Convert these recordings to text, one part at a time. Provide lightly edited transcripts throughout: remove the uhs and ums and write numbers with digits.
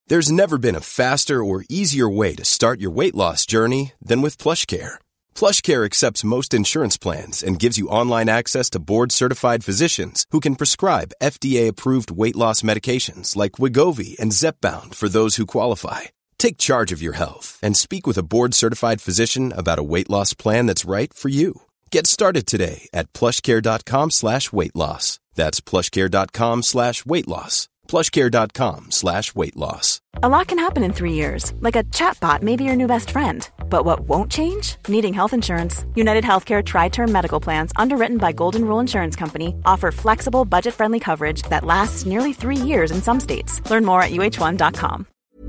There's never been a faster or easier way to start your weight loss journey than with PlushCare. PlushCare accepts most insurance plans and gives you online access to board-certified physicians who can prescribe FDA-approved weight loss medications like Wegovy and Zepbound for those who qualify. Take charge of your health and speak with a board-certified physician about a weight loss plan that's right for you. Get started today at plushcare.com/weight loss. That's plushcare.com/weight loss. plushcare.com/weight loss. A lot can happen in 3 years, like a chatbot may be your new best friend. But what won't change? Needing health insurance. United Healthcare Tri-Term Medical Plans, underwritten by Golden Rule Insurance Company, offer flexible, budget-friendly coverage that lasts nearly 3 years in some states. Learn more at uh1.com.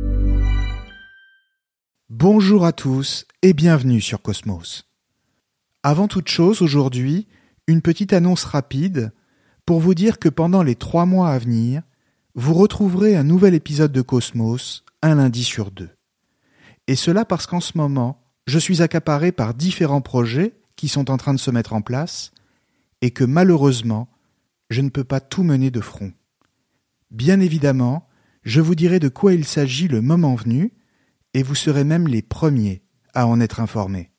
Bonjour à tous et bienvenue sur Cosmos. Avant toute chose, aujourd'hui, une petite annonce rapide pour vous dire que pendant les 3 mois à venir, vous retrouverez un nouvel épisode de Cosmos un lundi sur 2. Et cela parce qu'en ce moment, je suis accaparé par différents projets qui sont en train de se mettre en place et que malheureusement, je ne peux pas tout mener de front. Bien évidemment, je vous dirai de quoi il s'agit le moment venu et vous serez même les premiers à en être informés.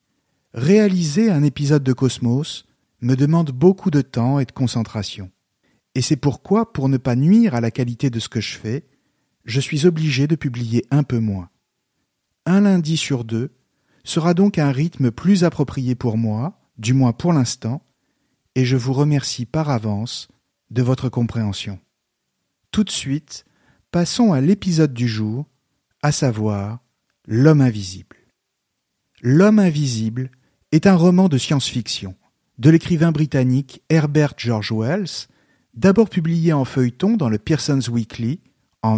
Réaliser un épisode de Cosmos me demande beaucoup de temps et de concentration. Et c'est pourquoi, pour ne pas nuire à la qualité de ce que je fais, je suis obligé de publier un peu moins. Un lundi sur 2 sera donc un rythme plus approprié pour moi, du moins pour l'instant, et je vous remercie par avance de votre compréhension. Tout de suite, passons à l'épisode du jour, à savoir L'homme invisible. L'homme invisible est un roman de science-fiction de l'écrivain britannique Herbert George Wells, d'abord publié en feuilleton dans le Pearson's Weekly en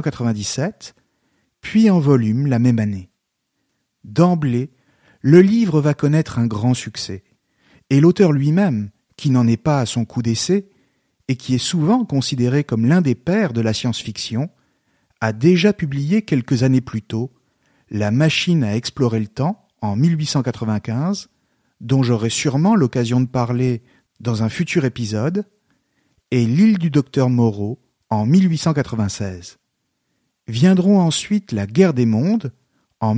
1897, puis en volume la même année. D'emblée, le livre va connaître un grand succès, et l'auteur lui-même, qui n'en est pas à son coup d'essai, et qui est souvent considéré comme l'un des pères de la science-fiction, a déjà publié quelques années plus tôt La machine à explorer le temps en 1895, dont j'aurai sûrement l'occasion de parler dans un futur épisode, et L'île du docteur Moreau en 1896. Viendront ensuite La guerre des mondes en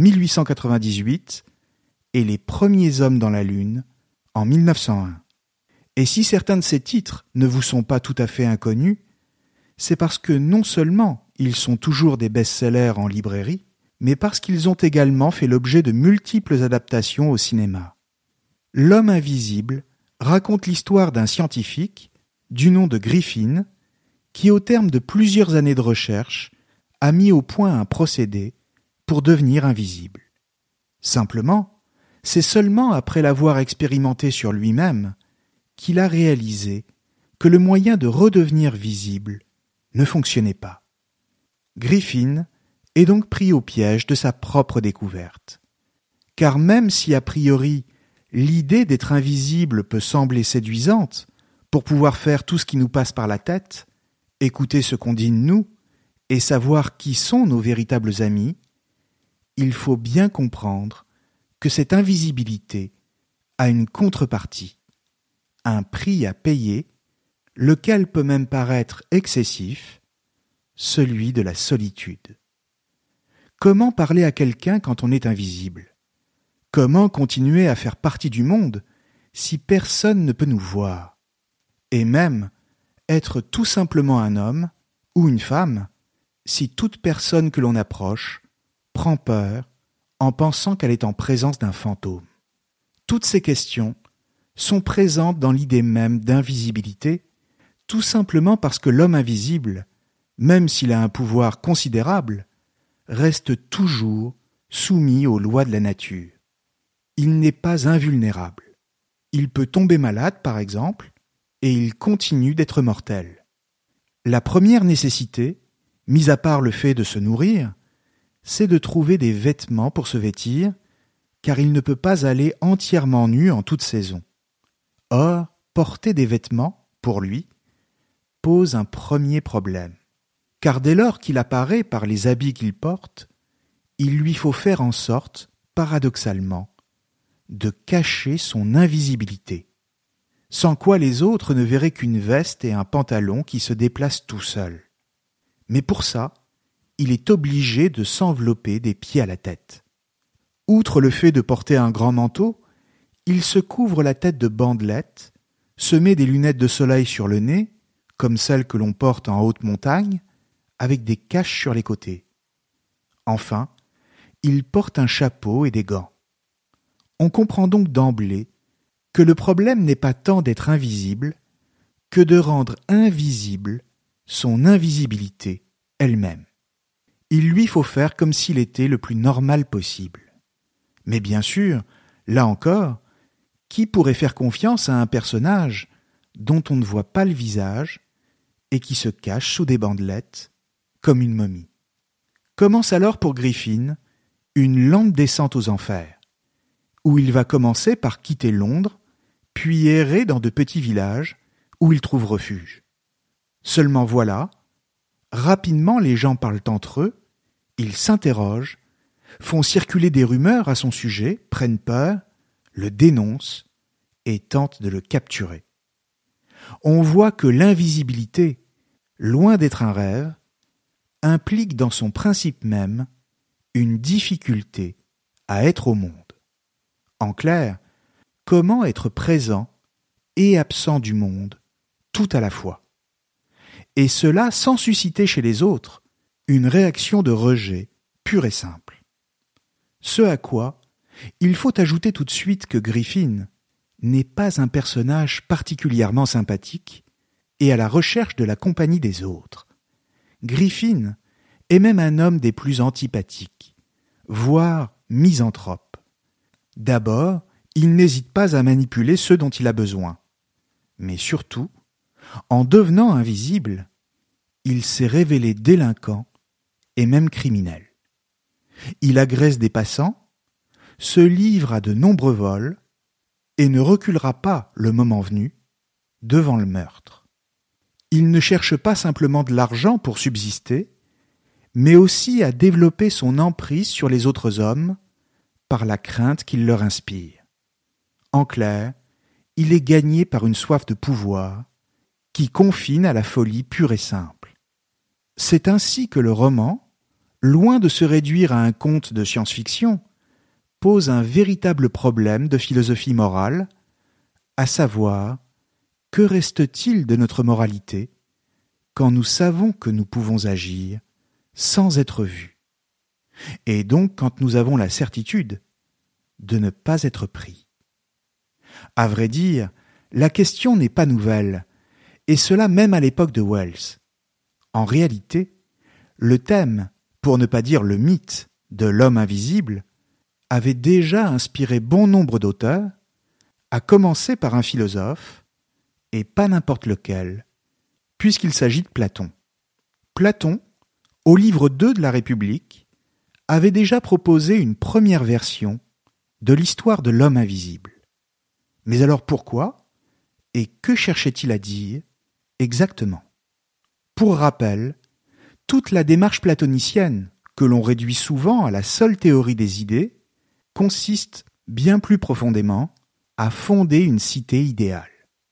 1898 et Les premiers hommes dans la Lune en 1901. Et si certains de ces titres ne vous sont pas tout à fait inconnus, c'est parce que non seulement ils sont toujours des best-sellers en librairie, mais parce qu'ils ont également fait l'objet de multiples adaptations au cinéma. L'homme invisible raconte l'histoire d'un scientifique du nom de Griffin, qui au terme de plusieurs années de recherche a mis au point un procédé pour devenir invisible. Simplement, c'est seulement après l'avoir expérimenté sur lui-même qu'il a réalisé que le moyen de redevenir visible ne fonctionnait pas. Griffin est donc pris au piège de sa propre découverte. Car même si a priori l'idée d'être invisible peut sembler séduisante pour pouvoir faire tout ce qui nous passe par la tête, écouter ce qu'on dit de nous et savoir qui sont nos véritables amis, il faut bien comprendre que cette invisibilité a une contrepartie, un prix à payer, lequel peut même paraître excessif, celui de la solitude. Comment parler à quelqu'un quand on est invisible ? Comment continuer à faire partie du monde si personne ne peut nous voir ? Et même être tout simplement un homme ou une femme si toute personne que l'on approche prend peur en pensant qu'elle est en présence d'un fantôme. Toutes ces questions sont présentes dans l'idée même d'invisibilité, tout simplement parce que l'homme invisible, même s'il a un pouvoir considérable, reste toujours soumis aux lois de la nature. Il n'est pas invulnérable. Il peut tomber malade, par exemple, et il continue d'être mortel. La première nécessité, mis à part le fait de se nourrir, c'est de trouver des vêtements pour se vêtir, car il ne peut pas aller entièrement nu en toute saison. Or, porter des vêtements, pour lui, pose un premier problème. Car dès lors qu'il apparaît par les habits qu'il porte, il lui faut faire en sorte, paradoxalement, de cacher son invisibilité, sans quoi les autres ne verraient qu'une veste et un pantalon qui se déplacent tout seuls. Mais pour ça, il est obligé de s'envelopper des pieds à la tête. Outre le fait de porter un grand manteau, il se couvre la tête de bandelettes, se met des lunettes de soleil sur le nez, comme celles que l'on porte en haute montagne, avec des caches sur les côtés. Enfin, il porte un chapeau et des gants. On comprend donc d'emblée que le problème n'est pas tant d'être invisible que de rendre invisible son invisibilité elle-même. Il lui faut faire comme s'il était le plus normal possible. Mais bien sûr, là encore, qui pourrait faire confiance à un personnage dont on ne voit pas le visage et qui se cache sous des bandelettes comme une momie? Commence alors pour Griffin une lente descente aux enfers, où il va commencer par quitter Londres, puis errer dans de petits villages où il trouve refuge. Seulement voilà, rapidement les gens parlent entre eux, ils s'interrogent, font circuler des rumeurs à son sujet, prennent peur, le dénoncent et tentent de le capturer. On voit que l'invisibilité, loin d'être un rêve, implique dans son principe même une difficulté à être au monde. En clair, comment être présent et absent du monde tout à la fois. Et cela sans susciter chez les autres une réaction de rejet pure et simple. Ce à quoi il faut ajouter tout de suite que Griffin n'est pas un personnage particulièrement sympathique et à la recherche de la compagnie des autres. Griffin est même un homme des plus antipathiques, voire misanthrope. D'abord, il n'hésite pas à manipuler ceux dont il a besoin. Mais surtout, en devenant invisible, il s'est révélé délinquant et même criminel. Il agresse des passants, se livre à de nombreux vols et ne reculera pas, le moment venu, devant le meurtre. Il ne cherche pas simplement de l'argent pour subsister, mais aussi à développer son emprise sur les autres hommes par la crainte qu'il leur inspire. En clair, il est gagné par une soif de pouvoir qui confine à la folie pure et simple. C'est ainsi que le roman, loin de se réduire à un conte de science-fiction, pose un véritable problème de philosophie morale, à savoir, que reste-t-il de notre moralité quand nous savons que nous pouvons agir sans être vus, et donc quand nous avons la certitude de ne pas être pris. À vrai dire, la question n'est pas nouvelle, et cela même à l'époque de Wells. En réalité, le thème, pour ne pas dire le mythe, de l'homme invisible avait déjà inspiré bon nombre d'auteurs, à commencer par un philosophe, et pas n'importe lequel, puisqu'il s'agit de Platon. Platon, au livre 2 de la République, avait déjà proposé une première version de l'histoire de l'homme invisible. Mais alors pourquoi et que cherchait-il à dire exactement? Pour rappel, toute la démarche platonicienne, que l'on réduit souvent à la seule théorie des idées, consiste bien plus profondément à fonder une cité idéale.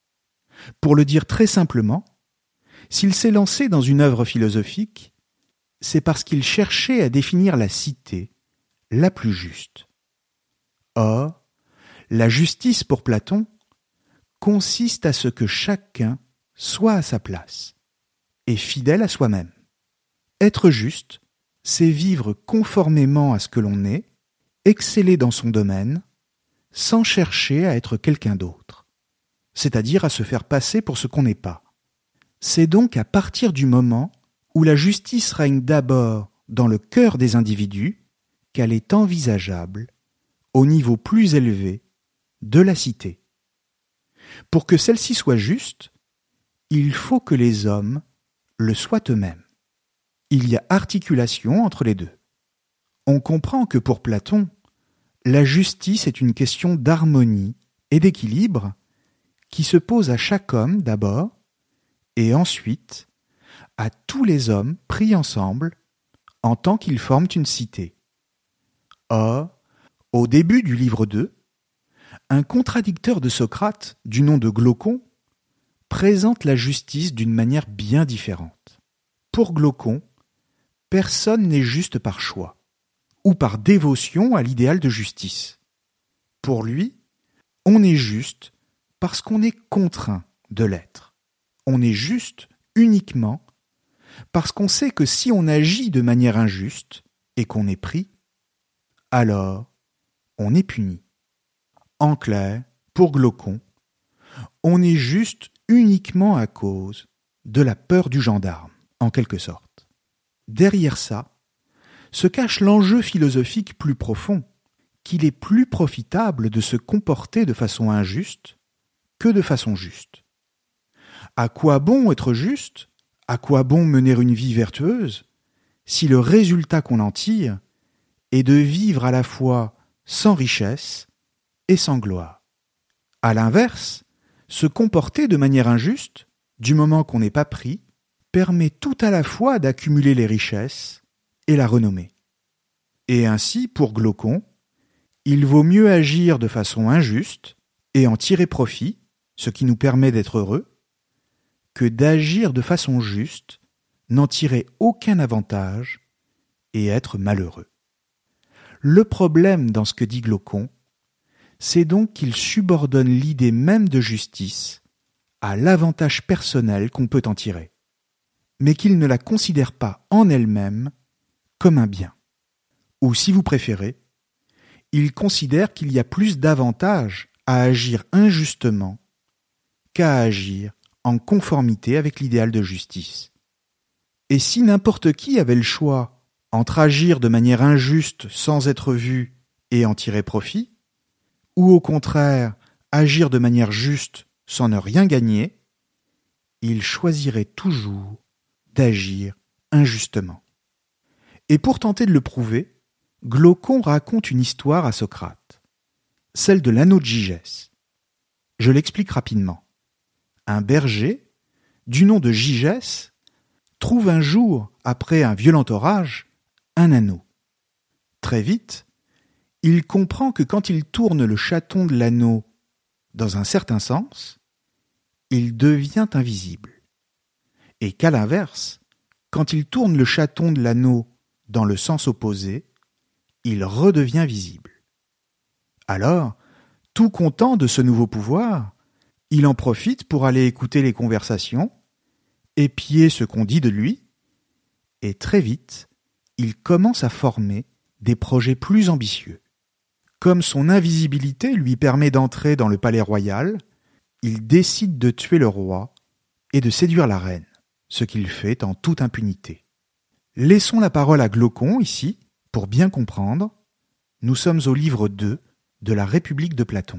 Pour le dire très simplement, s'il s'est lancé dans une œuvre philosophique, c'est parce qu'il cherchait à définir la cité la plus juste. Or, la justice pour Platon consiste à ce que chacun soit à sa place et fidèle à soi-même. Être juste, c'est vivre conformément à ce que l'on est, exceller dans son domaine, sans chercher à être quelqu'un d'autre, c'est-à-dire à se faire passer pour ce qu'on n'est pas. C'est donc à partir du moment où la justice règne d'abord dans le cœur des individus qu'elle est envisageable au niveau plus élevé de la cité. Pour que celle-ci soit juste, il faut que les hommes le soient eux-mêmes. Il y a articulation entre les deux. On comprend que pour Platon, la justice est une question d'harmonie et d'équilibre qui se pose à chaque homme d'abord et ensuite à tous les hommes pris ensemble en tant qu'ils forment une cité. Or, au début du livre 2, un contradicteur de Socrate, du nom de Glaucon, présente la justice d'une manière bien différente. Pour Glaucon, personne n'est juste par choix ou par dévotion à l'idéal de justice. Pour lui, on est juste parce qu'on est contraint de l'être. On est juste uniquement parce qu'on sait que si on agit de manière injuste et qu'on est pris, alors on est puni. En clair, pour Glaucon, on est juste uniquement à cause de la peur du gendarme, en quelque sorte. Derrière ça, se cache l'enjeu philosophique plus profond, qu'il est plus profitable de se comporter de façon injuste que de façon juste. À quoi bon être juste ? À quoi bon mener une vie vertueuse si le résultat qu'on en tire est de vivre à la fois sans richesse et sans gloire ? À l'inverse, se comporter de manière injuste, du moment qu'on n'est pas pris, permet tout à la fois d'accumuler les richesses et la renommée. Et ainsi, pour Glaucon, il vaut mieux agir de façon injuste et en tirer profit, ce qui nous permet d'être heureux, que d'agir de façon juste, n'en tirer aucun avantage et être malheureux. Le problème dans ce que dit Glaucon, c'est donc qu'il subordonne l'idée même de justice à l'avantage personnel qu'on peut en tirer, mais qu'il ne la considère pas en elle-même comme un bien. Ou si vous préférez, il considère qu'il y a plus d'avantages à agir injustement qu'à agir en conformité avec l'idéal de justice. Et si n'importe qui avait le choix entre agir de manière injuste sans être vu et en tirer profit, ou au contraire agir de manière juste sans ne rien gagner, il choisirait toujours d'agir injustement. Et pour tenter de le prouver, Glaucon raconte une histoire à Socrate, celle de l'anneau de Gygès. Je l'explique rapidement. Un berger, du nom de Gygès, trouve un jour, après un violent orage, un anneau. Très vite, il comprend que quand il tourne le chaton de l'anneau dans un certain sens, il devient invisible. Et qu'à l'inverse, quand il tourne le chaton de l'anneau dans le sens opposé, il redevient visible. Alors, tout content de ce nouveau pouvoir, il en profite pour aller écouter les conversations, épier ce qu'on dit de lui, et très vite, il commence à former des projets plus ambitieux. Comme son invisibilité lui permet d'entrer dans le palais royal, il décide de tuer le roi et de séduire la reine, ce qu'il fait en toute impunité. Laissons la parole à Glaucon ici, pour bien comprendre. Nous sommes au livre 2 de la République de Platon.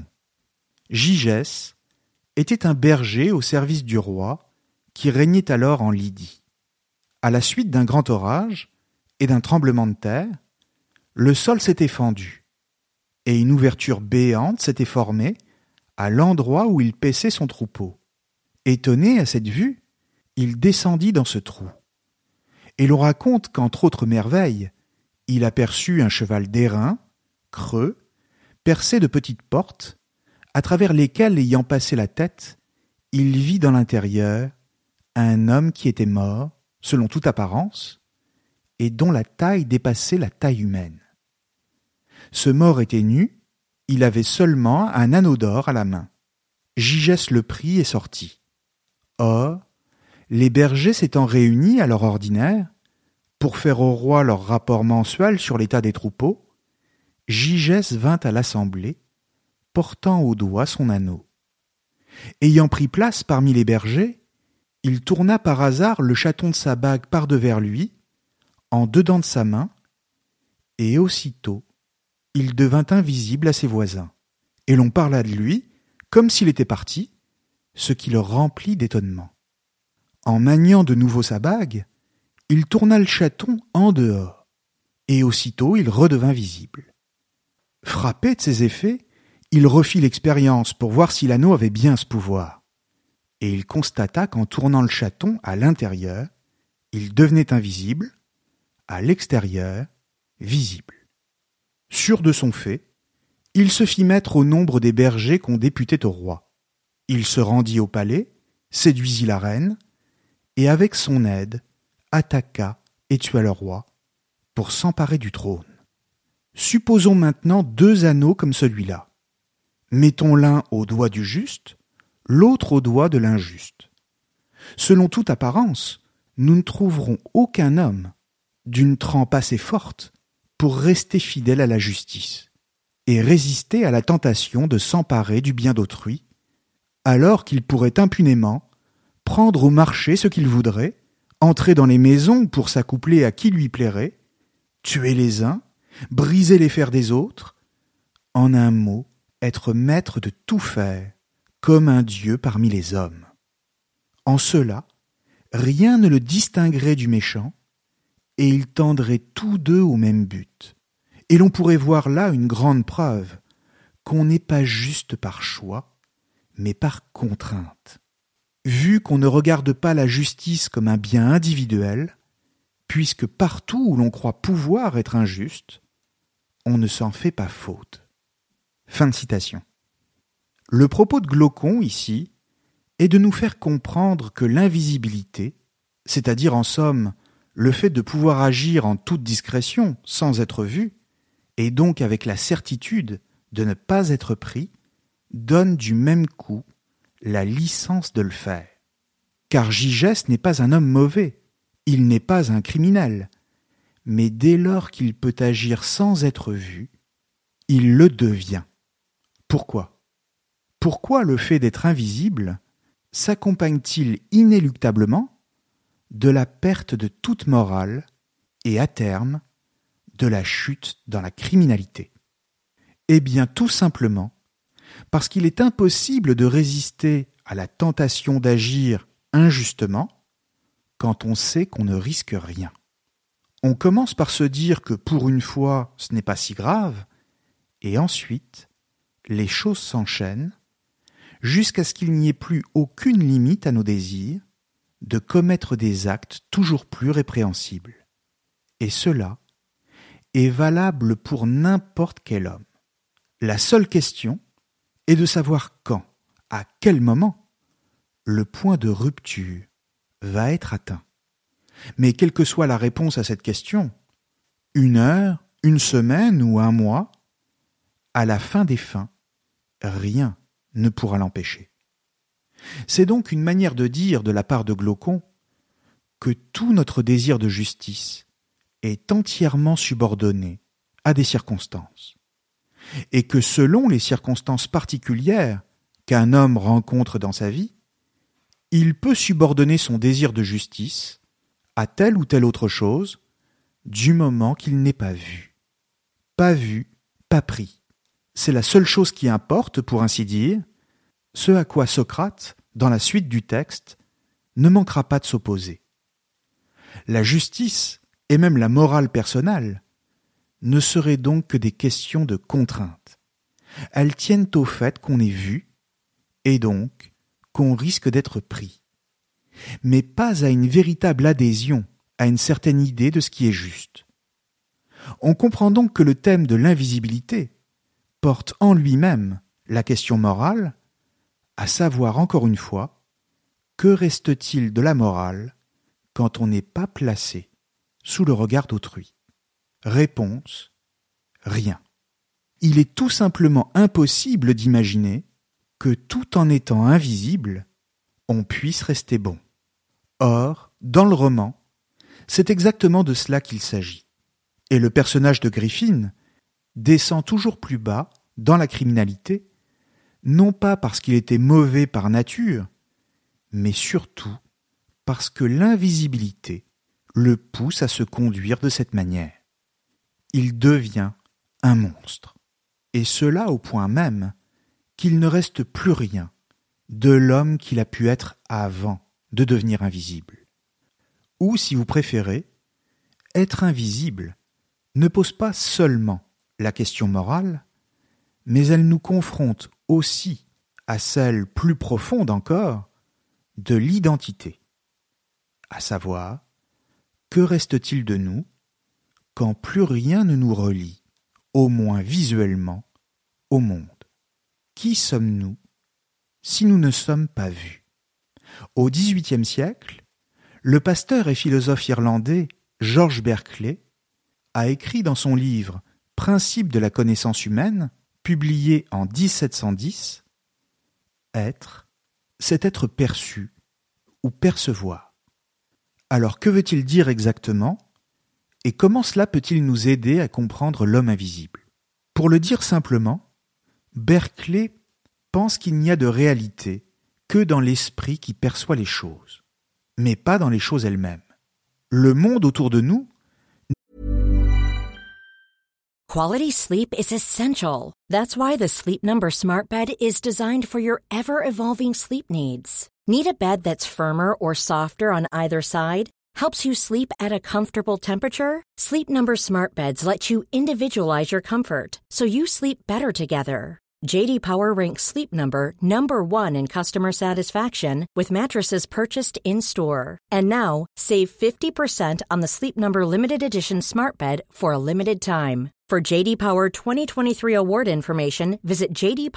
Gygès était un berger au service du roi qui régnait alors en Lydie. À la suite d'un grand orage et d'un tremblement de terre, le sol s'était fendu et une ouverture béante s'était formée à l'endroit où il paissait son troupeau. Étonné à cette vue, il descendit dans ce trou. Et l'on raconte qu'entre autres merveilles, il aperçut un cheval d'airain, creux, percé de petites portes, à travers lesquelles, ayant passé la tête, il vit dans l'intérieur un homme qui était mort, selon toute apparence, et dont la taille dépassait la taille humaine. Ce mort était nu, il avait seulement un anneau d'or à la main. Gygès le prit et sortit. Or, les bergers s'étant réunis à l'heure ordinaire, pour faire au roi leur rapport mensuel sur l'état des troupeaux, Gygès vint à l'assemblée, portant au doigt son anneau. Ayant pris place parmi les bergers, il tourna par hasard le chaton de sa bague par-devers lui, en dedans de sa main, et aussitôt, il devint invisible à ses voisins, et l'on parla de lui comme s'il était parti, ce qui le remplit d'étonnement. En maniant de nouveau sa bague, il tourna le chaton en dehors, et aussitôt il redevint visible. Frappé de ces effets, il refit l'expérience pour voir si l'anneau avait bien ce pouvoir, et il constata qu'en tournant le chaton à l'intérieur, il devenait invisible, à l'extérieur, visible. Sûr de son fait, il se fit mettre au nombre des bergers qu'on députait au roi. Il se rendit au palais, séduisit la reine, et avec son aide, attaqua et tua le roi pour s'emparer du trône. Supposons maintenant 2 anneaux comme celui-là. Mettons l'un au doigt du juste, l'autre au doigt de l'injuste. Selon toute apparence, nous ne trouverons aucun homme d'une trempe assez forte pour rester fidèle à la justice et résister à la tentation de s'emparer du bien d'autrui, alors qu'il pourrait impunément prendre au marché ce qu'il voudrait, entrer dans les maisons pour s'accoupler à qui lui plairait, tuer les uns, briser les fers des autres, en un mot, être maître de tout faire, comme un dieu parmi les hommes. En cela, rien ne le distinguerait du méchant, et ils tendraient tous deux au même but. Et l'on pourrait voir là une grande preuve qu'on n'est pas juste par choix, mais par contrainte. Vu qu'on ne regarde pas la justice comme un bien individuel, puisque partout où l'on croit pouvoir être injuste, on ne s'en fait pas faute. Fin de citation. Le propos de Glaucon, ici, est de nous faire comprendre que l'invisibilité, c'est-à-dire en somme le fait de pouvoir agir en toute discrétion sans être vu, et donc avec la certitude de ne pas être pris, donne du même coup la licence de le faire. Car Gygès n'est pas un homme mauvais, il n'est pas un criminel, mais dès lors qu'il peut agir sans être vu, il le devient. Pourquoi ? Pourquoi le fait d'être invisible s'accompagne-t-il inéluctablement de la perte de toute morale et, à terme, de la chute dans la criminalité ? Eh bien, tout simplement parce qu'il est impossible de résister à la tentation d'agir injustement quand on sait qu'on ne risque rien. On commence par se dire que pour une fois, ce n'est pas si grave, et ensuite, les choses s'enchaînent jusqu'à ce qu'il n'y ait plus aucune limite à nos désirs de commettre des actes toujours plus répréhensibles. Et cela est valable pour n'importe quel homme. La seule question est de savoir quand, à quel moment, le point de rupture va être atteint. Mais quelle que soit la réponse à cette question, 1 heure, 1 semaine ou 1 mois, à la fin des fins, rien ne pourra l'empêcher. C'est donc une manière de dire de la part de Glaucon que tout notre désir de justice est entièrement subordonné à des circonstances, et que selon les circonstances particulières qu'un homme rencontre dans sa vie, il peut subordonner son désir de justice à telle ou telle autre chose du moment qu'il n'est pas vu. Pas vu, pas pris. C'est la seule chose qui importe, pour ainsi dire, ce à quoi Socrate, dans la suite du texte, ne manquera pas de s'opposer. La justice, et même la morale personnelle, ne seraient donc que des questions de contrainte. Elles tiennent au fait qu'on est vu, et donc qu'on risque d'être pris, mais pas à une véritable adhésion à une certaine idée de ce qui est juste. On comprend donc que le thème de l'invisibilité porte en lui-même la question morale, à savoir encore une fois, que reste-t-il de la morale quand on n'est pas placé sous le regard d'autrui ? Réponse : rien. Il est tout simplement impossible d'imaginer que tout en étant invisible, on puisse rester bon. Or, dans le roman, c'est exactement de cela qu'il s'agit. Et le personnage de Griffin descend toujours plus bas dans la criminalité, non pas parce qu'il était mauvais par nature, mais surtout parce que l'invisibilité le pousse à se conduire de cette manière. Il devient un monstre, et cela au point même qu'il ne reste plus rien de l'homme qu'il a pu être avant de devenir invisible. Ou, si vous préférez, être invisible ne pose pas seulement la question morale, mais elle nous confronte aussi à celle plus profonde encore de l'identité, à savoir, que reste-t-il de nous quand plus rien ne nous relie, au moins visuellement, au monde ? Qui sommes-nous si nous ne sommes pas vus ? Au XVIIIe siècle, le pasteur et philosophe irlandais George Berkeley, a écrit dans son livre « Principes de la connaissance humaine », publié en 1710, « Être, c'est être perçu ou percevoir ». Alors que veut-il dire exactement et comment cela peut-il nous aider à comprendre l'homme invisible ? Pour le dire simplement, Berkeley pense qu'il n'y a de réalité que dans l'esprit qui perçoit les choses, mais pas dans les choses elles-mêmes. Le monde autour de nous. Quality sleep is essential. That's why the Sleep Number Smart Bed is designed for your ever-evolving sleep needs. Need a bed that's firmer or softer on either side? Helps you sleep at a comfortable temperature? Sleep Number Smart Beds let you individualize your comfort, so you sleep better together. J.D. Power ranks Sleep Number number 1 in customer satisfaction with mattresses purchased in-store. And now, save 50% on the Sleep Number Limited Edition Smart Bed for a limited time. For J.D. Power 2023 award information, visit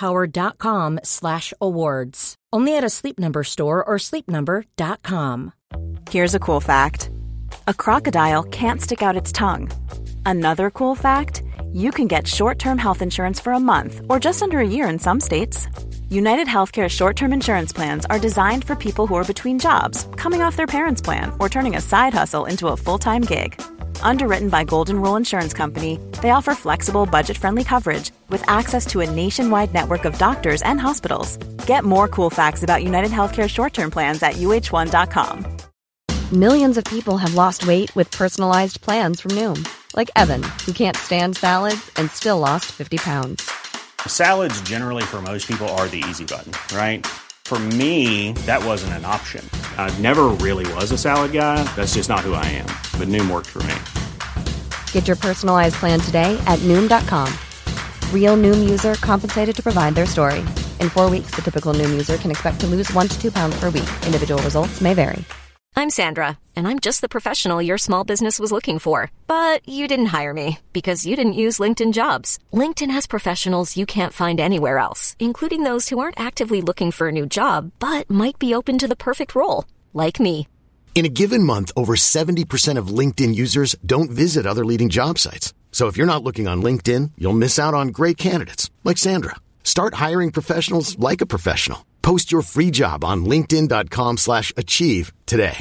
jdpower.com/awards. Only at a Sleep Number store or sleepnumber.com. Here's a cool fact. A crocodile can't stick out its tongue. Another cool fact, you can get short-term health insurance for a month or just under a year in some states. United Healthcare short-term insurance plans are designed for people who are between jobs, coming off their parents' plan, or turning a side hustle into a full-time gig. Underwritten by Golden Rule Insurance Company, they offer flexible, budget-friendly coverage with access to a nationwide network of doctors and hospitals. Get more cool facts about United Healthcare short-term plans at uh1.com. Millions of people have lost weight with personalized plans from Noom. Like Evan, who can't stand salads and still lost 50 pounds. Salads generally for most people are the easy button, right? For me, that wasn't an option. I never really was a salad guy. That's just not who I am. But Noom worked for me. Get your personalized plan today at Noom.com. Real Noom user compensated to provide their story. In 4 weeks, the typical Noom user can expect to lose 1 to 2 pounds per week. Individual results may vary. I'm Sandra, and I'm just the professional your small business was looking for. But you didn't hire me because you didn't use LinkedIn Jobs. LinkedIn has professionals you can't find anywhere else, including those who aren't actively looking for a new job, but might be open to the perfect role, like me. In a given month, over 70% of LinkedIn users don't visit other leading job sites. So if you're not looking on LinkedIn, you'll miss out on great candidates, like Sandra. Start hiring professionals like a professional. Post your free job on linkedin.com/achieve today.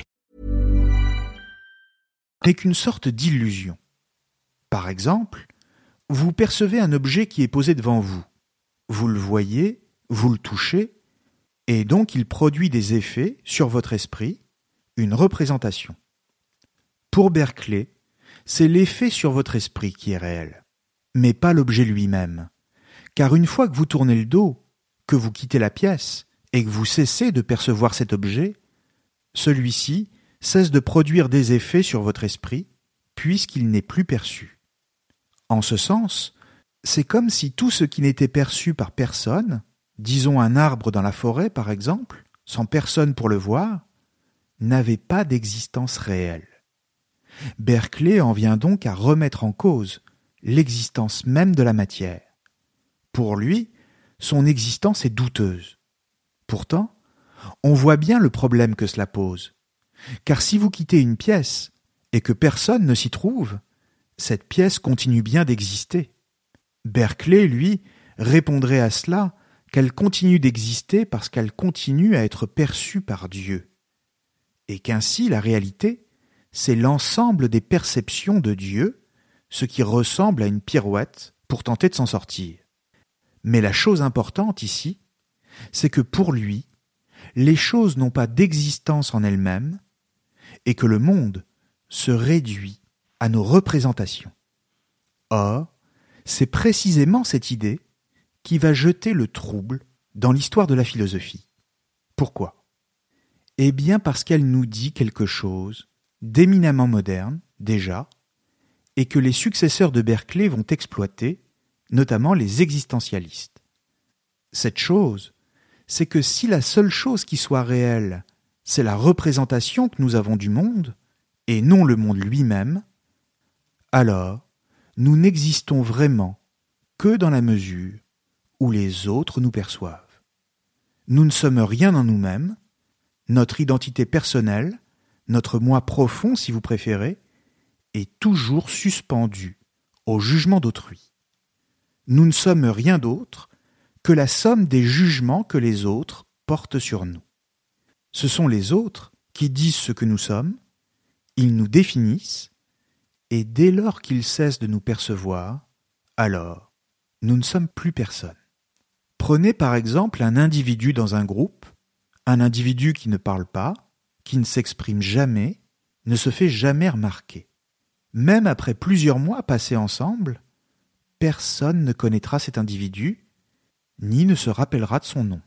N'est qu'une sorte d'illusion. Par exemple, vous percevez un objet qui est posé devant vous. Vous le voyez, vous le touchez, et donc il produit des effets sur votre esprit, une représentation. Pour Berkeley, c'est l'effet sur votre esprit qui est réel, mais pas l'objet lui-même. Car une fois que vous tournez le dos, que vous quittez la pièce et que vous cessez de percevoir cet objet, celui-ci cesse de produire des effets sur votre esprit puisqu'il n'est plus perçu. En ce sens, c'est comme si tout ce qui n'était perçu par personne, disons un arbre dans la forêt par exemple, sans personne pour le voir, n'avait pas d'existence réelle. Berkeley en vient donc à remettre en cause l'existence même de la matière. Pour lui, son existence est douteuse. Pourtant, on voit bien le problème que cela pose. Car si vous quittez une pièce et que personne ne s'y trouve, cette pièce continue bien d'exister. Berkeley, lui, répondrait à cela qu'elle continue d'exister parce qu'elle continue à être perçue par Dieu. Et qu'ainsi la réalité, c'est l'ensemble des perceptions de Dieu, ce qui ressemble à une pirouette pour tenter de s'en sortir. Mais la chose importante ici, c'est que pour lui, les choses n'ont pas d'existence en elles-mêmes et que le monde se réduit à nos représentations. Or, c'est précisément cette idée qui va jeter le trouble dans l'histoire de la philosophie. Pourquoi ? Eh bien parce qu'elle nous dit quelque chose d'éminemment moderne, déjà, et que les successeurs de Berkeley vont exploiter, notamment les existentialistes. Cette chose, c'est que si la seule chose qui soit réelle, c'est la représentation que nous avons du monde, et non le monde lui-même, alors nous n'existons vraiment que dans la mesure où les autres nous perçoivent. Nous ne sommes rien en nous-mêmes, notre identité personnelle, notre moi profond si vous préférez, est toujours suspendu au jugement d'autrui. Nous ne sommes rien d'autre que la somme des jugements que les autres portent sur nous. Ce sont les autres qui disent ce que nous sommes, ils nous définissent, et dès lors qu'ils cessent de nous percevoir, alors nous ne sommes plus personne. Prenez par exemple un individu dans un groupe, un individu qui ne parle pas, qui ne s'exprime jamais, ne se fait jamais remarquer. Même après plusieurs mois passés ensemble, personne ne connaîtra cet individu, ni ne se rappellera de son nom.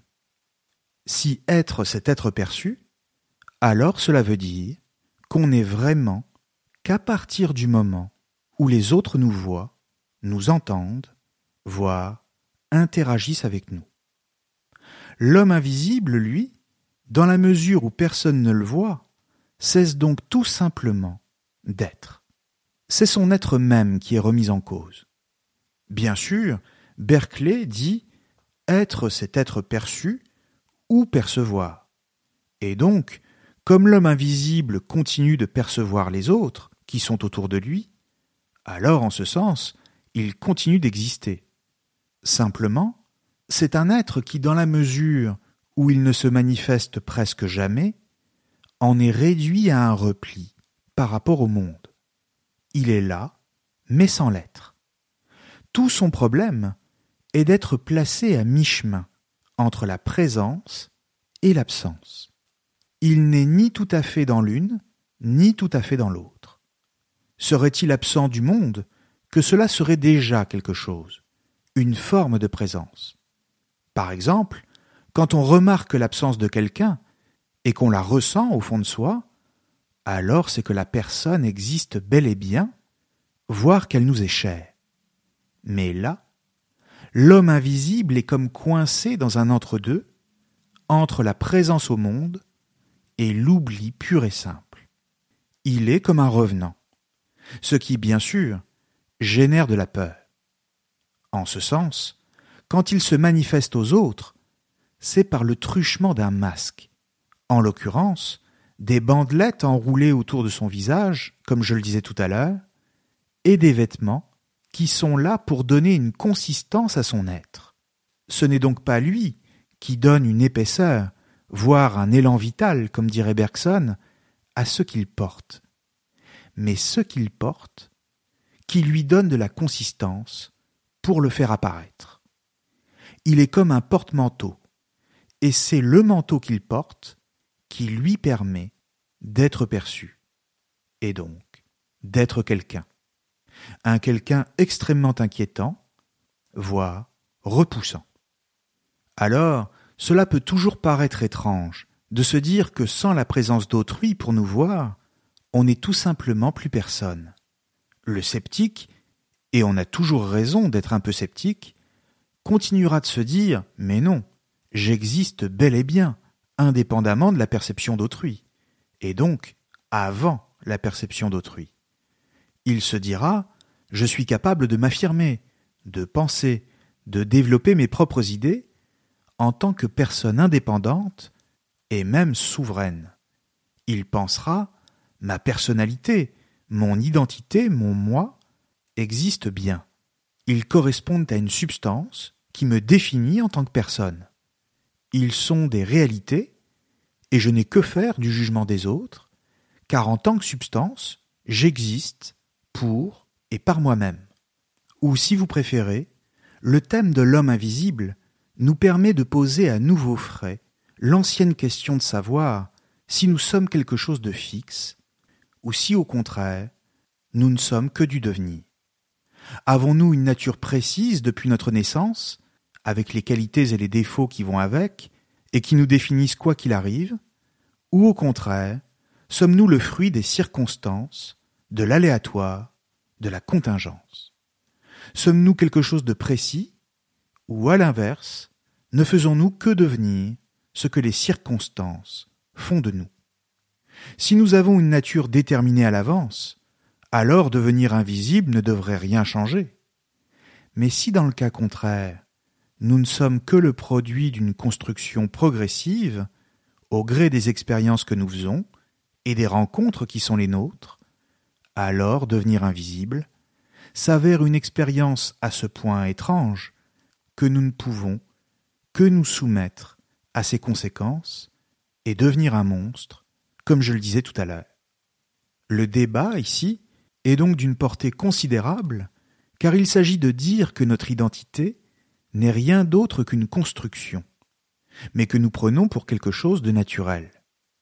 Si être c'est être perçu, alors cela veut dire qu'on n'est vraiment qu'à partir du moment où les autres nous voient, nous entendent, voire interagissent avec nous. L'homme invisible, lui, dans la mesure où personne ne le voit, cesse donc tout simplement d'être. C'est son être même qui est remis en cause. Bien sûr, Berkeley dit « être, c'est être perçu ou percevoir ». Et donc, comme l'homme invisible continue de percevoir les autres qui sont autour de lui, alors en ce sens, il continue d'exister. Simplement, c'est un être qui, dans la mesure où il ne se manifeste presque jamais, en est réduit à un repli par rapport au monde. Il est là, mais sans l'être. Tout son problème est d'être placé à mi-chemin entre la présence et l'absence. Il n'est ni tout à fait dans l'une, ni tout à fait dans l'autre. Serait-il absent du monde, que cela serait déjà quelque chose, une forme de présence. Par exemple, quand on remarque l'absence de quelqu'un et qu'on la ressent au fond de soi, alors c'est que la personne existe bel et bien, voire qu'elle nous est chère. Mais là, l'homme invisible est comme coincé dans un entre-deux, entre la présence au monde et l'oubli pur et simple. Il est comme un revenant, ce qui, bien sûr, génère de la peur. En ce sens, quand il se manifeste aux autres, c'est par le truchement d'un masque, en l'occurrence, des bandelettes enroulées autour de son visage, comme je le disais tout à l'heure, et des vêtements qui sont là pour donner une consistance à son être. Ce n'est donc pas lui qui donne une épaisseur, voire un élan vital, comme dirait Bergson, à ce qu'il porte, mais ce qu'il porte qui lui donne de la consistance pour le faire apparaître. Il est comme un porte-manteau, et c'est le manteau qu'il porte qui lui permet d'être perçu, et donc d'être quelqu'un. Un quelqu'un extrêmement inquiétant, voire repoussant. Alors, cela peut toujours paraître étrange de se dire que sans la présence d'autrui pour nous voir, on n'est tout simplement plus personne. Le sceptique, et on a toujours raison d'être un peu sceptique, continuera de se dire « mais non, j'existe bel et bien, indépendamment de la perception d'autrui, et donc avant la perception d'autrui. » Il se dira « je suis capable de m'affirmer, de penser, de développer mes propres idées en tant que personne indépendante et même souveraine. » Il pensera « ma personnalité, mon identité, mon moi existent bien. Ils correspondent à une substance qui me définit en tant que personne. Ils sont des réalités et je n'ai que faire du jugement des autres, car en tant que substance, j'existe pour et par moi-même. » Ou si vous préférez, le thème de l'homme invisible nous permet de poser à nouveau frais l'ancienne question de savoir si nous sommes quelque chose de fixe ou si au contraire, nous ne sommes que du devenir. Avons-nous une nature précise depuis notre naissance, avec les qualités et les défauts qui vont avec, et qui nous définissent quoi qu'il arrive, ou au contraire, sommes-nous le fruit des circonstances, de l'aléatoire, de la contingence? Sommes-nous quelque chose de précis, ou à l'inverse, ne faisons-nous que devenir ce que les circonstances font de nous? Si nous avons une nature déterminée à l'avance, alors devenir invisible ne devrait rien changer. Mais si dans le cas contraire, nous ne sommes que le produit d'une construction progressive, au gré des expériences que nous faisons et des rencontres qui sont les nôtres, Alors devenir invisible s'avère une expérience à ce point étrange que nous ne pouvons que nous soumettre à ses conséquences et devenir un monstre, comme je le disais tout à l'heure. Le débat, ici, est donc d'une portée considérable, car il s'agit de dire que notre identité n'est rien d'autre qu'une construction, mais que nous prenons pour quelque chose de naturel.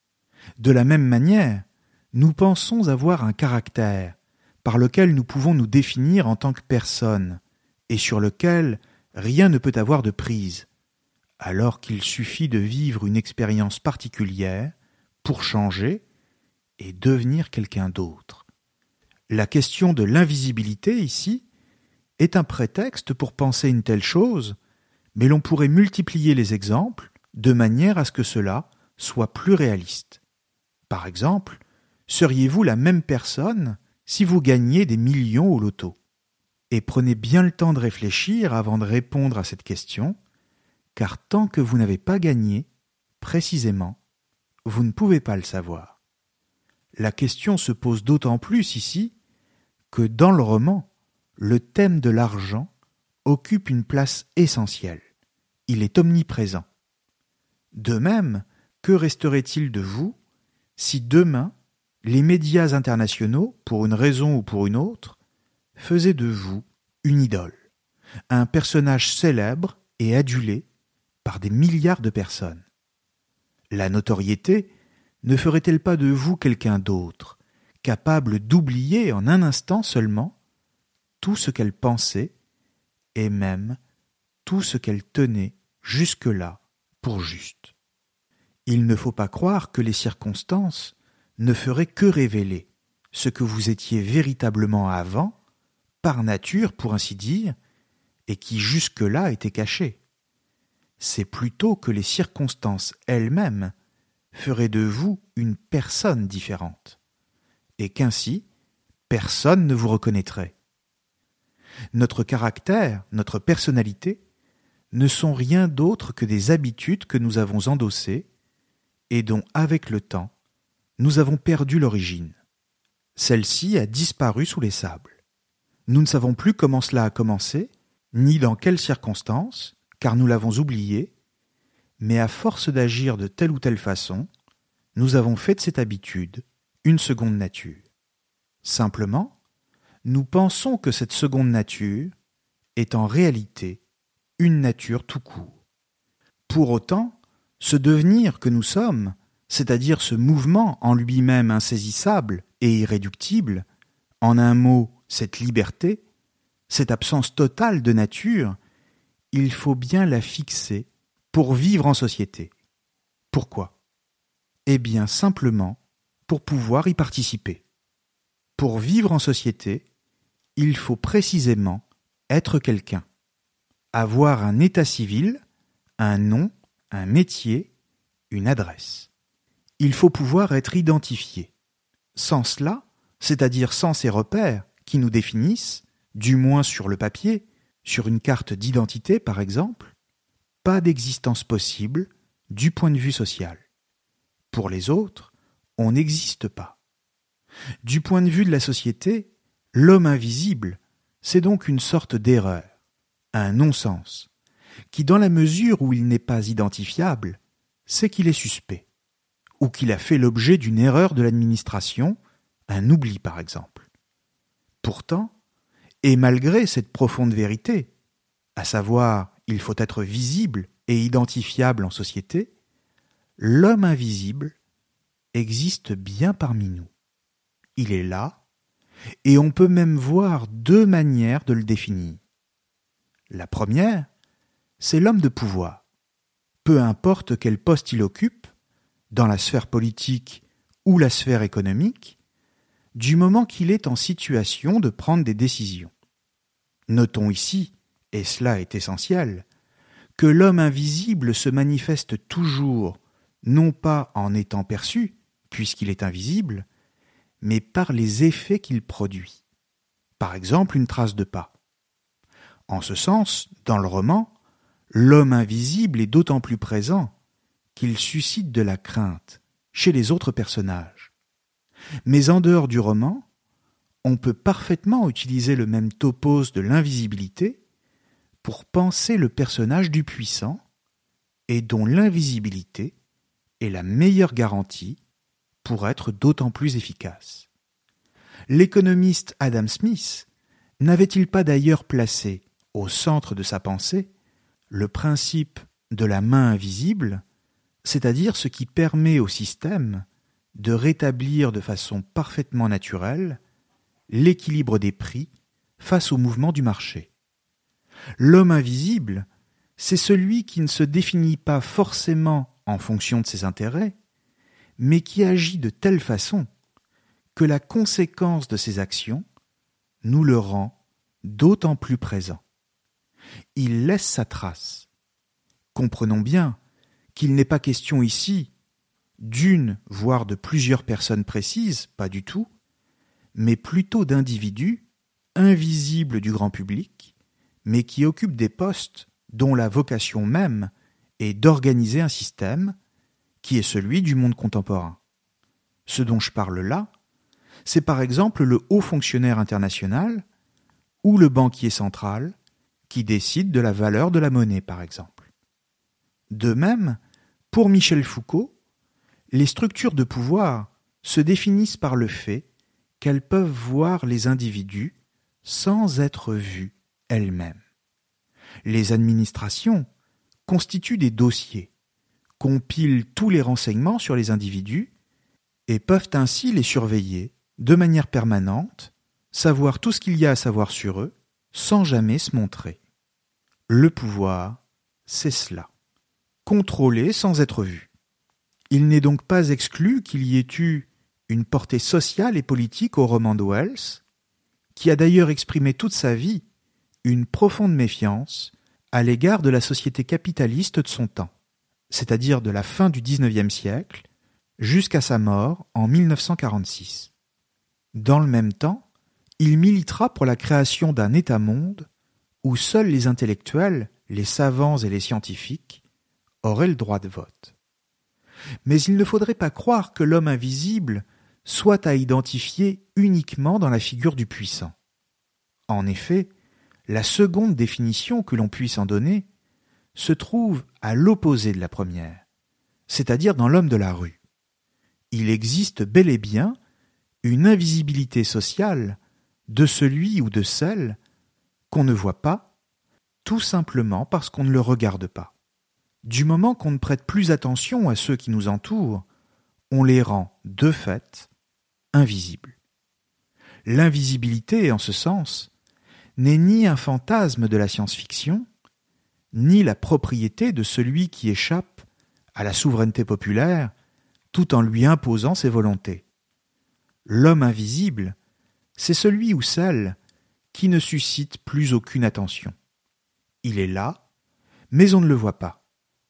De la même manière, nous pensons avoir un caractère par lequel nous pouvons nous définir en tant que personne et sur lequel rien ne peut avoir de prise, alors qu'il suffit de vivre une expérience particulière pour changer et devenir quelqu'un d'autre. La question de l'invisibilité, ici, est un prétexte pour penser une telle chose, mais l'on pourrait multiplier les exemples de manière à ce que cela soit plus réaliste. Par exemple, seriez-vous la même personne si vous gagniez des millions au loto? Et prenez bien le temps de réfléchir avant de répondre à cette question, car tant que vous n'avez pas gagné, précisément, vous ne pouvez pas le savoir. La question se pose d'autant plus ici que dans le roman, le thème de l'argent occupe une place essentielle. Il est omniprésent. De même, que resterait-il de vous si demain, les médias internationaux, pour une raison ou pour une autre, faisaient de vous une idole, un personnage célèbre et adulé par des milliards de personnes? La notoriété ne ferait-elle pas de vous quelqu'un d'autre, capable d'oublier en un instant seulement tout ce qu'elle pensait et même tout ce qu'elle tenait jusque-là pour juste? Il ne faut pas croire que les circonstances ne feraient que révéler ce que vous étiez véritablement avant, par nature pour ainsi dire, et qui jusque-là était caché. C'est plutôt que les circonstances elles-mêmes feraient de vous une personne différente, et qu'ainsi personne ne vous reconnaîtrait. Notre caractère, notre personnalité, ne sont rien d'autre que des habitudes que nous avons endossées et dont, avec le temps, nous avons perdu l'origine. Celle-ci a disparu sous les sables. Nous ne savons plus comment cela a commencé, ni dans quelles circonstances, car nous l'avons oublié, mais à force d'agir de telle ou telle façon, nous avons fait de cette habitude une seconde nature. Simplement, nous pensons que cette seconde nature est en réalité une nature tout court. Pour autant, ce devenir que nous sommes, c'est-à-dire ce mouvement en lui-même insaisissable et irréductible, en un mot, cette liberté, cette absence totale de nature, il faut bien la fixer pour vivre en société. Pourquoi? Eh bien, simplement pour pouvoir y participer. Pour vivre en société, il faut précisément être quelqu'un, avoir un état civil, un nom, un métier, une adresse. Il faut pouvoir être identifié. Sans cela, c'est-à-dire sans ces repères qui nous définissent, du moins sur le papier, sur une carte d'identité par exemple, pas d'existence possible du point de vue social. Pour les autres, on n'existe pas. Du point de vue de la société, l'homme invisible, c'est donc une sorte d'erreur, un non-sens, qui dans la mesure où il n'est pas identifiable, c'est qu'il est suspect, ou qu'il a fait l'objet d'une erreur de l'administration, un oubli par exemple. Pourtant, et malgré cette profonde vérité, à savoir il faut être visible et identifiable en société, l'homme invisible existe bien parmi nous. Il est là, et on peut même voir deux manières de le définir. La première, c'est l'homme de pouvoir. Peu importe quel poste il occupe, dans la sphère politique ou la sphère économique, du moment qu'il est en situation de prendre des décisions. Notons ici, et cela est essentiel, que l'homme invisible se manifeste toujours, non pas en étant perçu, puisqu'il est invisible, mais par les effets qu'il produit. Par exemple, une trace de pas. En ce sens, dans le roman, l'homme invisible est d'autant plus présent qu'il suscite de la crainte chez les autres personnages. Mais en dehors du roman, on peut parfaitement utiliser le même topos de l'invisibilité pour penser le personnage du puissant et dont l'invisibilité est la meilleure garantie pour être d'autant plus efficace. L'économiste Adam Smith n'avait-il pas d'ailleurs placé au centre de sa pensée le principe de la main invisible, c'est-à-dire ce qui permet au système de rétablir de façon parfaitement naturelle l'équilibre des prix face au mouvement du marché. L'homme invisible, c'est celui qui ne se définit pas forcément en fonction de ses intérêts, mais qui agit de telle façon que la conséquence de ses actions nous le rend d'autant plus présent. Il laisse sa trace. Comprenons bien qu'il n'est pas question ici d'une, voire de plusieurs personnes précises, pas du tout, mais plutôt d'individus invisibles du grand public, mais qui occupent des postes dont la vocation même est d'organiser un système qui est celui du monde contemporain. Ce dont je parle là, c'est par exemple le haut fonctionnaire international ou le banquier central qui décide de la valeur de la monnaie, par exemple. De même, pour Michel Foucault, les structures de pouvoir se définissent par le fait qu'elles peuvent voir les individus sans être vues elles-mêmes. Les administrations constituent des dossiers, compilent tous les renseignements sur les individus et peuvent ainsi les surveiller de manière permanente, savoir tout ce qu'il y a à savoir sur eux, sans jamais se montrer. Le pouvoir, c'est cela. Contrôler sans être vu. Il n'est donc pas exclu qu'il y ait eu une portée sociale et politique au roman de Wells, qui a d'ailleurs exprimé toute sa vie une profonde méfiance à l'égard de la société capitaliste de son temps, c'est-à-dire de la fin du XIXe siècle jusqu'à sa mort en 1946. Dans le même temps, il militera pour la création d'un État-monde où seuls les intellectuels, les savants et les scientifiques auraient le droit de vote. Mais il ne faudrait pas croire que l'homme invisible soit à identifier uniquement dans la figure du puissant. En effet, la seconde définition que l'on puisse en donner se trouve à l'opposé de la première, c'est-à-dire dans l'homme de la rue. Il existe bel et bien une invisibilité sociale de celui ou de celle qu'on ne voit pas, tout simplement parce qu'on ne le regarde pas. Du moment qu'on ne prête plus attention à ceux qui nous entourent, on les rend, de fait, invisibles. L'invisibilité, en ce sens, n'est ni un fantasme de la science-fiction, ni la propriété de celui qui échappe à la souveraineté populaire tout en lui imposant ses volontés. L'homme invisible, c'est celui ou celle qui ne suscite plus aucune attention. Il est là, mais on ne le voit pas.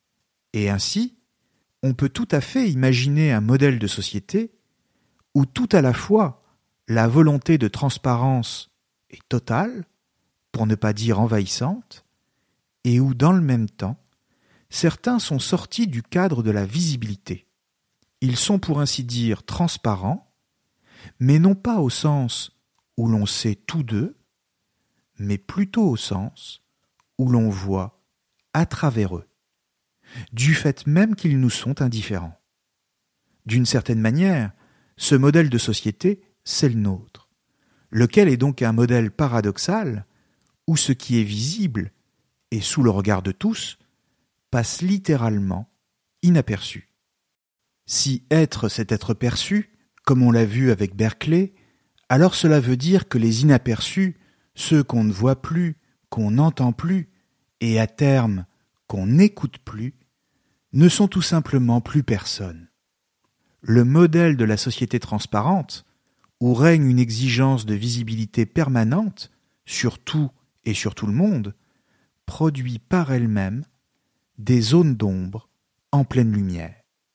Et ainsi, on peut tout à fait imaginer un modèle de société où tout à la fois la volonté de transparence est totale, pour ne pas dire envahissante, et où dans le même temps, certains sont sortis du cadre de la visibilité. Ils sont pour ainsi dire transparents, mais non pas au sens où l'on sait tout d'eux, mais plutôt au sens où l'on voit à travers eux, du fait même qu'ils nous sont indifférents. D'une certaine manière, ce modèle de société, c'est le nôtre, lequel est donc un modèle paradoxal où ce qui est visible et sous le regard de tous passe littéralement inaperçu. Si être c'est être perçu, comme on l'a vu avec Berkeley, alors cela veut dire que les inaperçus, ceux qu'on ne voit plus, qu'on n'entend plus, et à terme qu'on n'écoute plus, ne sont tout simplement plus personne. Le modèle de la société transparente, où règne une exigence de visibilité permanente sur tout et sur tout le monde, produit par elle-même des zones d'ombre en pleine lumière,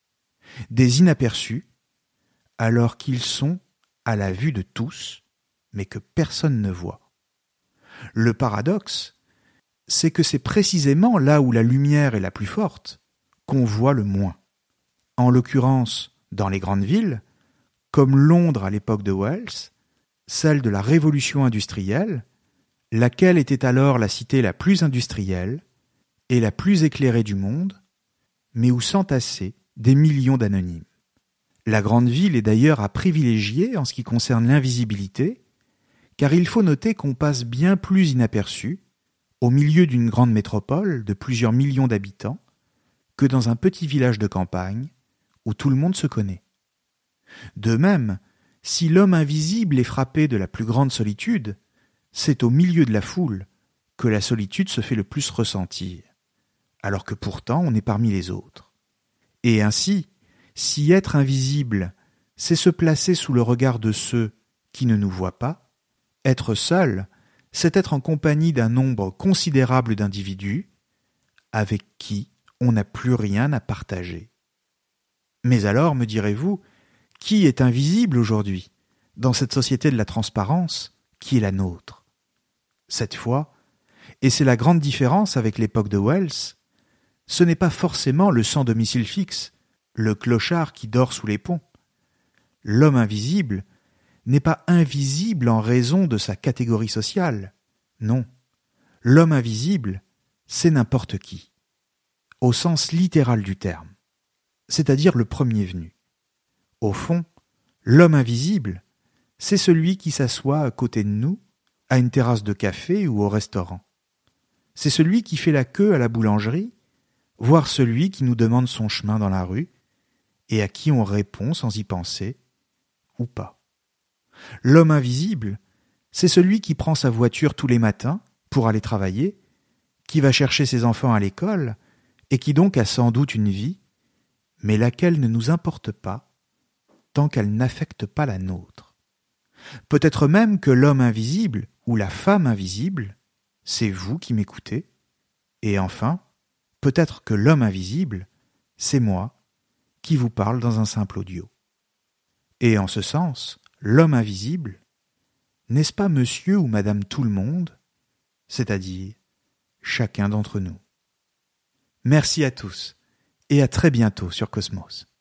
des inaperçus, alors qu'ils sont à la vue de tous, mais que personne ne voit. Le paradoxe, c'est que c'est précisément là où la lumière est la plus forte qu'on voit le moins. En l'occurrence, dans les grandes villes, comme Londres à l'époque de Wells, celle de la révolution industrielle, laquelle était alors la cité la plus industrielle et la plus éclairée du monde, mais où s'entassaient des millions d'anonymes. La grande ville est d'ailleurs à privilégier en ce qui concerne l'invisibilité, car il faut noter qu'on passe bien plus inaperçu au milieu d'une grande métropole de plusieurs millions d'habitants que dans un petit village de campagne où tout le monde se connaît. De même, si l'homme invisible est frappé de la plus grande solitude, c'est au milieu de la foule que la solitude se fait le plus ressentir, alors que pourtant on est parmi les autres. Et ainsi, si être invisible, c'est se placer sous le regard de ceux qui ne nous voient pas, être seul, c'est être en compagnie d'un nombre considérable d'individus avec qui on n'a plus rien à partager. Mais alors, me direz-vous, qui est invisible aujourd'hui, dans cette société de la transparence qui est la nôtre? Cette fois, et c'est la grande différence avec l'époque de Wells, ce n'est pas forcément le sans domicile fixe, le clochard qui dort sous les ponts. L'homme invisible n'est pas invisible en raison de sa catégorie sociale. Non, l'homme invisible, c'est n'importe qui, au sens littéral du terme, c'est-à-dire le premier venu. Au fond, l'homme invisible, c'est celui qui s'assoit à côté de nous, à une terrasse de café ou au restaurant. C'est celui qui fait la queue à la boulangerie, voire celui qui nous demande son chemin dans la rue, et à qui on répond sans y penser, ou pas. L'homme invisible, c'est celui qui prend sa voiture tous les matins pour aller travailler, qui va chercher ses enfants à l'école, et qui donc a sans doute une vie, mais laquelle ne nous importe pas, tant qu'elle n'affecte pas la nôtre. Peut-être même que l'homme invisible, ou la femme invisible, c'est vous qui m'écoutez, et enfin, peut-être que l'homme invisible, c'est moi, qui vous parle dans un simple audio. Et en ce sens, l'homme invisible, n'est-ce pas monsieur ou madame tout le monde, c'est-à-dire chacun d'entre nous. Merci à tous, et à très bientôt sur Cosmos.